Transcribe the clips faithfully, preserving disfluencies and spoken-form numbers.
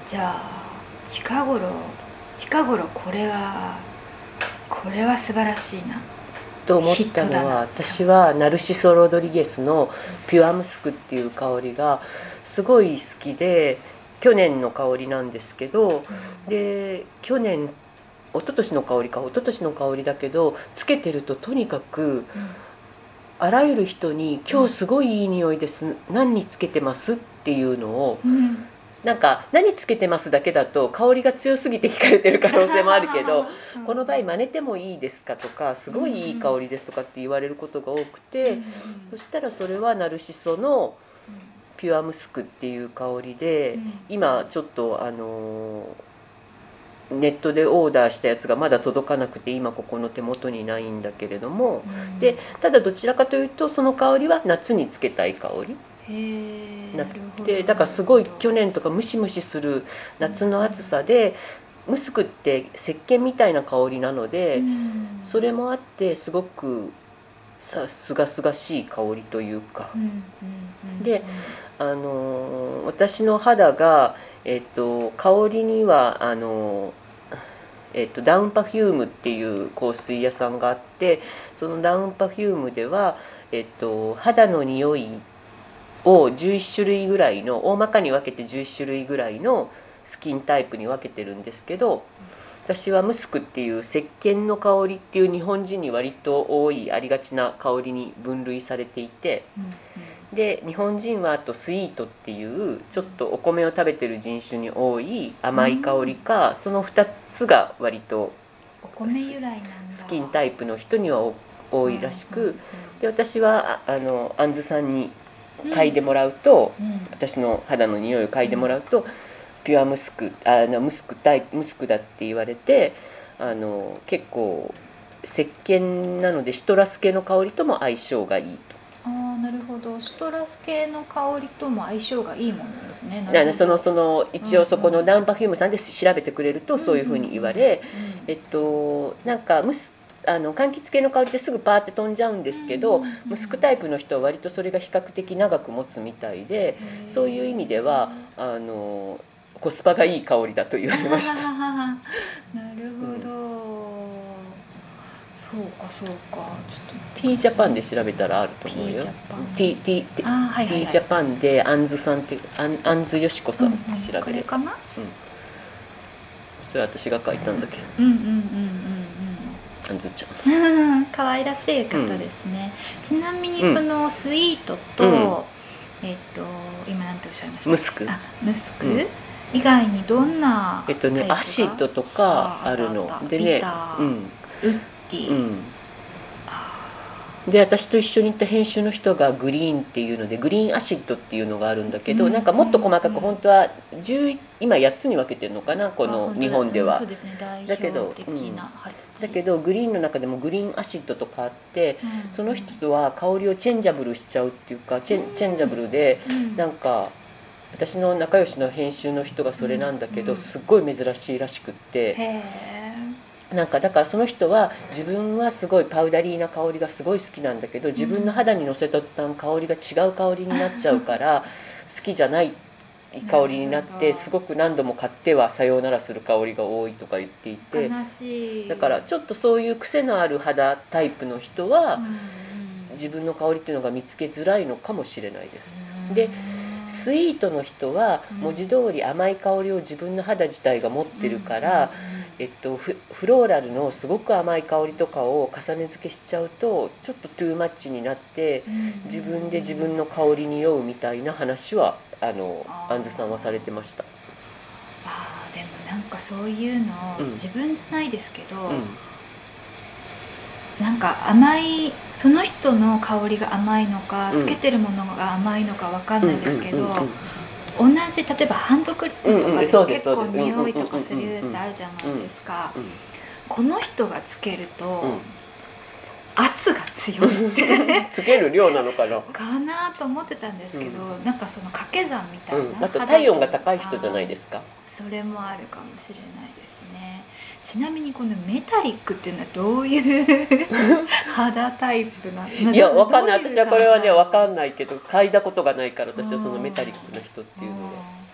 じゃあ近頃近頃これはこれは素晴らしいなと思ったのは、私はナルシソ・ロドリゲスのピュアムスクっていう香りがすごい好きで、去年の香りなんですけど、で去年一昨年の香りか一昨年の香りだけど、つけてるととにかくあらゆる人に「今日すごいいい匂いです、何につけてます?」っていうのを、なんか何つけてますだけだと香りが強すぎて聞かれてる可能性もあるけどこの場合真似てもいいですかとか、すごいいい香りですとかって言われることが多くて、そしたらそれはナルシソのピュアムスクっていう香りで、今ちょっとあのネットでオーダーしたやつがまだ届かなくて今ここの手元にないんだけれども、でただどちらかというとその香りは夏につけたい香り。夏ってだからすごい去年とかムシムシする夏の暑さで、ムスクって石鹸みたいな香りなので、それもあってすごくさすがすがしい香りというか、であの私の肌が、えっと、香りにはあの、えっと、ダウンパフュームっていう香水屋さんがあって、そのダウンパフュームでは、えっと、肌の匂いをじゅういっしゅるいぐらいの、大まかに分けてじゅういっしゅるいぐらいのスキンタイプに分けてるんですけど、私はムスクっていう石鹸の香りっていう日本人に割と多いありがちな香りに分類されていて、で日本人はあとスイートっていうちょっとお米を食べてる人種に多い甘い香りか、そのふたつが割とお米由来なんだ、 スキンタイプの人には多いらしく、で私はあのあんずさんに嗅いでもらうと、うん、私の肌の匂いを嗅いでもらうと、うん、ピュアムスクあのムスクタイプムスクだって言われて、あの結構石鹸なのでシトラス系の香りとも相性がいいと。 ああ、なるほど。シトラス系の香りとも相性がいいものなんですね。 なるほど。そのその一応そこのダウンパフュームさんで調べてくれるとそういうふうに言われ、えっとなんかムスあの柑橘系の香りってすぐパーって飛んじゃうんですけど、ムスクタイプの人は割とそれが比較的長く持つみたいで、そういう意味ではあのコスパがいい香りだと言われました。 なるほど、うん、そうかそうか。ちょっと T ジャパンで調べたらあると思うよ。 T ジャパンであんずさんってあんずよしこさんって調べる、これかな、うん、 それ私が書いたんだけど、 うんうんうんうんうんあんずちゃん可愛らしい方ですね、うん、ちなみにそのスイートと、うん、えっと今何ておっしゃいました？ ムスク。 あ、ムスク、うん、以外にどんなえっとねアシッドとかあるのでね、 うん、ウッディ、うんで私と一緒に行った編集の人がグリーンっていうのでグリーンアシッドっていうのがあるんだけど、うん、なんかもっと細かく本当はじゅう今やっつに分けてるのかな、この日本では。 そうですね、代だけど、うん、だけどグリーンの中でもグリーンアシッドとかあって、うん、その人とは香りをチェンジャブルしちゃうっていうかチェン、チェンジャブルで、うん、なんか私の仲良しの編集の人がそれなんだけど、うん、すっごい珍しいらしくって。へー、なんかだからその人は自分はすごいパウダリーな香りがすごい好きなんだけど、自分の肌にのせた途端香りが違う香りになっちゃうから好きじゃない香りになって、すごく何度も買ってはさようならする香りが多いとか言っていて、 悲しい。 だからちょっとそういう癖のある肌タイプの人は自分の香りっていうのが見つけづらいのかもしれないです。でスイートの人は文字通り甘い香りを自分の肌自体が持ってるから、えっと、フ, フローラルのすごく甘い香りとかを重ね付けしちゃうとちょっとトゥーマッチになって、自分で自分の香りに酔うみたいな話はあのあんずさんはされてました。 あでもなんかそういうの、うん、自分じゃないですけど、うん、なんか甘いその人の香りが甘いのか、うん、つけてるものが甘いのか分かんないですけど、同じ例えばハンドクリームとかで結構匂いとかするやつあるじゃないですか。この人がつけると、うん、圧が強いってつける量なのかなかなと思ってたんですけど、うん、なんかその掛け算みたいな、うん、 あと体温が高い人じゃないですか。 それもあるかもしれないですね。ちなみにこのメタリックっていうのはどういう肌タイプなの？ いやわかんない。私はこれはねわかんないけど嗅いだことがないから、私はそのメタリックな人っていうのはなんか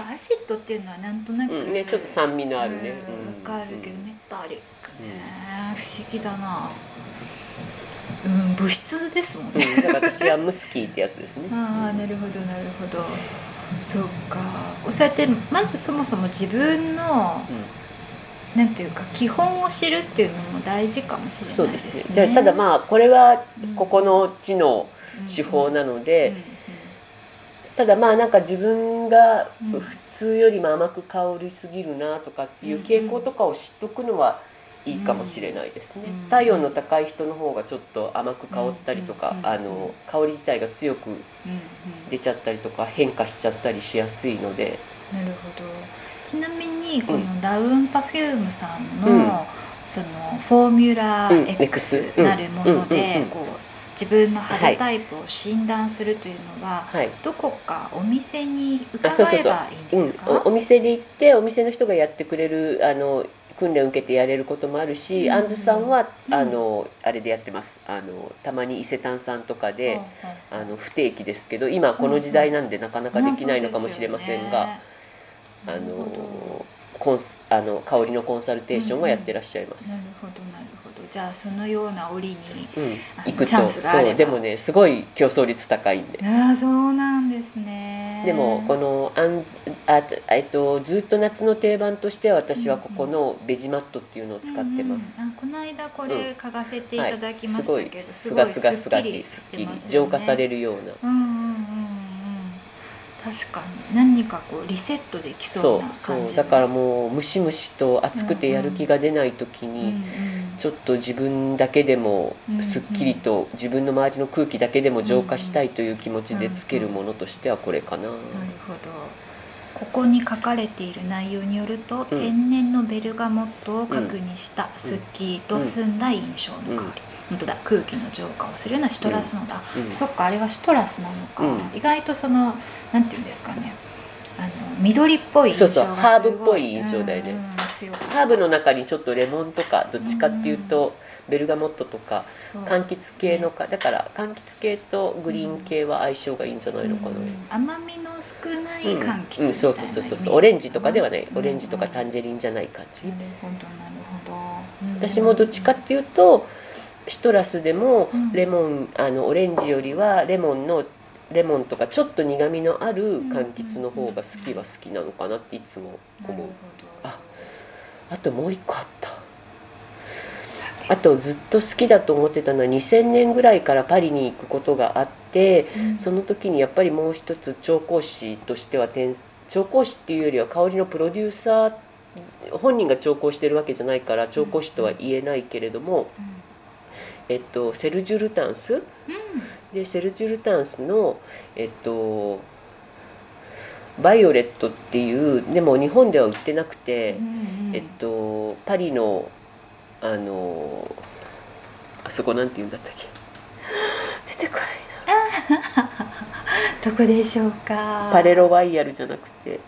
かアシッドっていうのはなんとなく、 うんね、ちょっと酸味のあるね、 うん、分かるけど、 うん、 メタリックね、うん、不思議だな。うん、物質ですもんね、 うん、だから私はムスキーってやつですねああ、なるほどなるほど。そうか、そうやってまずそもそも自分の、うん、なんていうか基本を知るっていうのも大事かもしれないですね。 そうですね。ただまあこれはここの地の手法なので、ただまあなんか自分が普通よりも甘く香りすぎるなとかっていう傾向とかを知っとくのはいいかもしれないですね。体温の高い人の方がちょっと甘く香ったりとか、あの香り自体が強く出ちゃったりとか変化しちゃったりしやすいので。 なるほど。ちなみにこのダウンパフュームさんの、うん、そのフォーミュラ X なるものでこう自分の肌タイプを診断するというのは、はい、どこかお店に伺えばいいんですか？ お店で行ってお店の人がやってくれるあの訓練を受けてやれることもあるし、あんずさんは、うん、あのあれでやってます。あのたまに伊勢丹さんとかで、うん、あの不定期ですけど今この時代なんでなかなかできないのかもしれませんが、うん、あのコンスあの香りのコンサルテーションはやってらっしゃいます。 うんうん、なるほどなるほど。じゃあそのような折に、うん、 行くとチャンスがあれば、 そうでもねすごい競争率高いんで。 ああ、そうなんですね。 でもこのあんあ、えっと、ずっと夏の定番として私はここのベジマットっていうのを使ってます。 うんうん、あ、この間これ嗅がせていただきましたけど、うん、 すごいすがすがしい、すっきり浄化されるような。 うんうんうんうん、確かに何かこうリセットできそうな感じ。 そうそうだからもうムシムシと暑くてやる気が出ない時に、うんうん、ちょっと自分だけでもすっきりと自分の周りの空気だけでも浄化したいという気持ちでつけるものとしてはこれかな。なるほど。ここに書かれている内容によると、うん、天然のベルガモットを核にしたすっきりと澄んだ印象の香り、うんうん、本当だ、空気の浄化をするようなシトラスのだ、うん、そっか、あれはシトラスなのか、うん、意外とそのなんていうんですかね、あの緑っぽい印象がすごい、そうそう、ハーブっぽい印象だよね、うんうん、 ハーブの中にちょっとレモンとかどっちかっていうと、うん、ベルガモットとか柑橘系のか、だから柑橘系とグリーン系は相性がいいんじゃないのかな、うん、 甘みの少ない柑橘みたいな、 うんうん、そうそうそうそう、オレンジとかではない、オレンジとかタンジェリンじゃない感じ、 なるほどなるほど、 うん、私もどっちかっていうとシトラスでもレモン、うん、あのオレンジよりはレモンのレモンとかちょっと苦みのある柑橘の方が好きは好きなのかなっていつも思う。あ、あともう一個あった。あとずっと好きだと思ってたのはにせんねんぐらいからパリに行くことがあって、うん、その時にやっぱりもう一つ調香師としては調香師っていうよりは香りのプロデューサー、本人が調香してるわけじゃないから調香師とは言えないけれども、うん、えっと、セルジュ・ルタンス、うん、でセルジュ・ルタンスの、えっと、バイオレットっていうでも日本では売ってなくて、うんうん、えっと、パリのあのあそこなんて言うんだったっけ出てこないなどこでしょうか。 パレロワイヤルじゃなくてど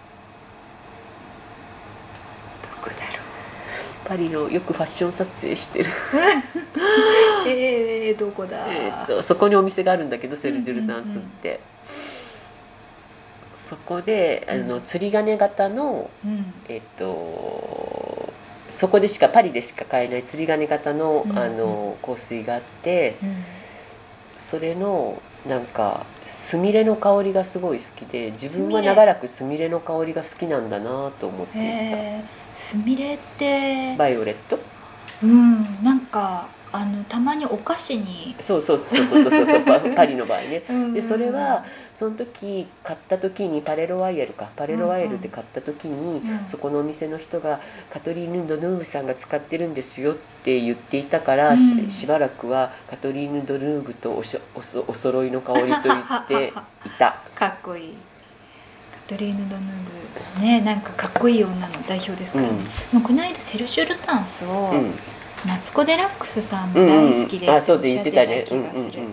こだろう、パリのよくファッション撮影してるえー、どこだ、 えー、とそこにお店があるんだけどセルジュ・ルタンスって、うんうんうん、そこであの釣り鐘型の、うん、えっ、ー、とそこでしかパリでしか買えない釣り鐘型 の,、うん、あの香水があって、うん、それのなんかスミレの香りがすごい好きで、自分は長らくスミレの香りが好きなんだなと思っていた。 スミレってバイオレット、 うん、なんかあのたまにお菓子にそうそうそうそうそうそうパ, パリの場合ねうん、うん、でそれはその時買った時にパレロワイヤルかパレロワイヤルで買った時に、うんうん、そこのお店の人がカトリーヌ・ドヌーブさんが使ってるんですよって言っていたから、うん、し, しばらくはカトリーヌ・ドヌーブと お, し お, そお揃いの香りと言っていたかっこいい。カトリーヌ・ドヌーブね、なんかかっこいい女の代表ですからね、うん、もうこの間セルジュ・ルタンスを、うん、マツコ・デラックスさんも大好きでおっしゃってた気がする。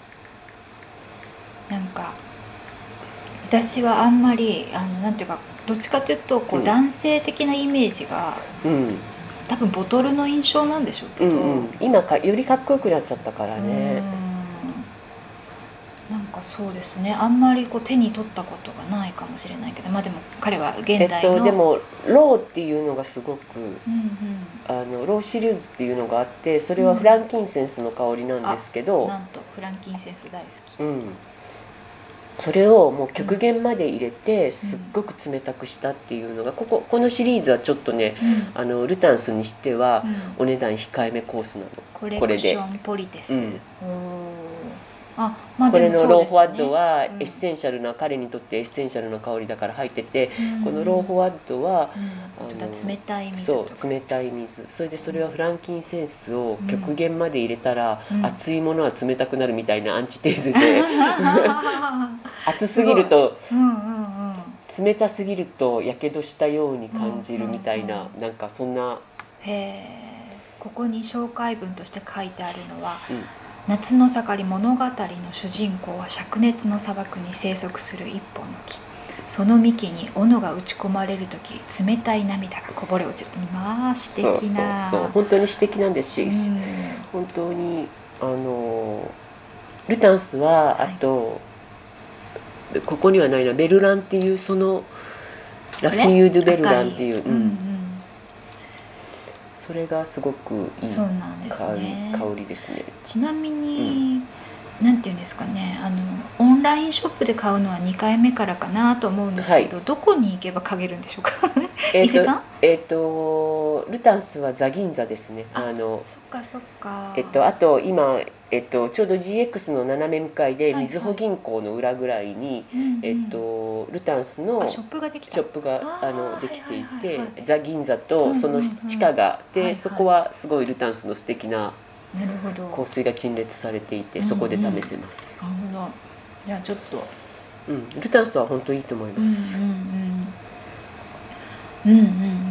なんか私はあんまりあのなんていうかどっちかというとこう、うん、男性的なイメージが、うん、多分ボトルの印象なんでしょうけど、うんうん、 今かよりかっこよくなっちゃったからね。 うん、なんかかそうですね、あんまりこう手に取ったことがないかもしれないけど、まあでも彼は現代の、 えっと、でもローっていうのがすごく、 うんうん、 あのローシリューズっていうのがあって、それはフランキンセンスの香りなんですけど、 うん、なんとフランキンセンス大好き、 うん、それをもう極限まで入れてすっごく冷たくしたっていうのが、こここのシリーズはちょっとね、うん、あのルタンスにしてはお値段控えめコースなの、 コレクションポリテス、うん、 あ、まあ、これのローフォワッドはエッセンシャルな、うん、彼にとってエッセンシャルな香りだから入ってて、うん、このローフォワッドは、 うん、あの冷たい水そう冷たい水、それでそれはフランキンセンスを極限まで入れたら、うん、熱いものは冷たくなるみたいなアンチテーゼで熱すぎると、うんうんうん、冷たすぎるとやけどしたように感じるみたいな、うんうんうん、なんかそんな。 へえ、ここに紹介文として書いてあるのは、うん、夏の盛り物語の主人公は灼熱の砂漠に生息する一本の木、その幹に斧が打ち込まれるとき冷たい涙がこぼれ落ちる。まあ詩的な、 そうそうそう、本当に詩的なんですし、うん、本当にあのルタンスはあと、はい、ここにはないな、ベルランっていう、そのラフィユード・ベルランっていう、うんうん、それがすごくいい香り、ね、香りですね。 ちなみに、うん、なんていうんですかね、あのオンラインショップで買うのはにかいめからかなと思うんですけど、はい、どこに行けば嗅げるんでしょうかえーと、伊勢丹？えーとルタンスはザ銀座ですね。 あのそっかそっか、 えっと、あと今、えっと、ちょうど ジーエックス の斜め向かいでみずほ銀行の裏ぐらいに、はいはい、えっと、ルタンスのショップができた、 ショップがあのできていて、はいはいはい、ザ銀座とその地下が、うんうんうん、でそこはすごいルタンスの素敵な香水が陳列されていて、そこで試せます。 なるほど、じゃあちょっと、 うん、ルタンスは本当いいと思います。 うんうんうん、うんうんうん、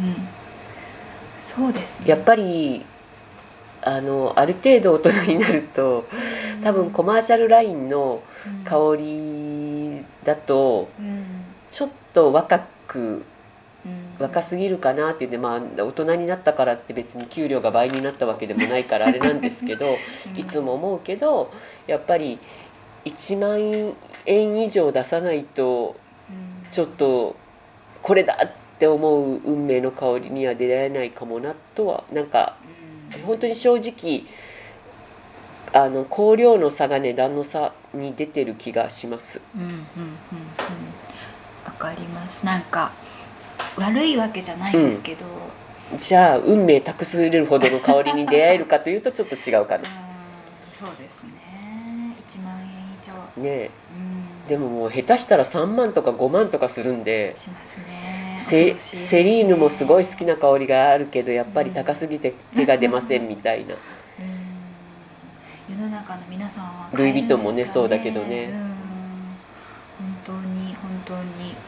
そうですね。 やっぱりあのある程度大人になると、多分コマーシャルラインの香りだとちょっと若く、若すぎるかなっていうね、まあ大人になったからって別に給料が倍になったわけでもないからあれなんですけどいつも思うけど、やっぱりいちまんえん以上出さないとちょっとこれだって思う運命の香りには出会えないかもなとは、なんか本当に正直あの香料の差が値段の差に出てる気がします。 うんうんうんうん、わかります。なんか悪いわけじゃないんですけど、 うん、じゃあ運命託するほどの香りに出会えるかというとちょっと違うかな。うん、 そうですね、いちまんえん以上ね、うん、でももう下手したらさんまんとかごまんとかするんで、 しますね。 セ, セリーヌもすごい好きな香りがあるけどやっぱり高すぎて手が出ませんみたいな、 うん、世の中の皆さんはルイ・ヴィトンもねそうだけどね、 うん、本当に本当に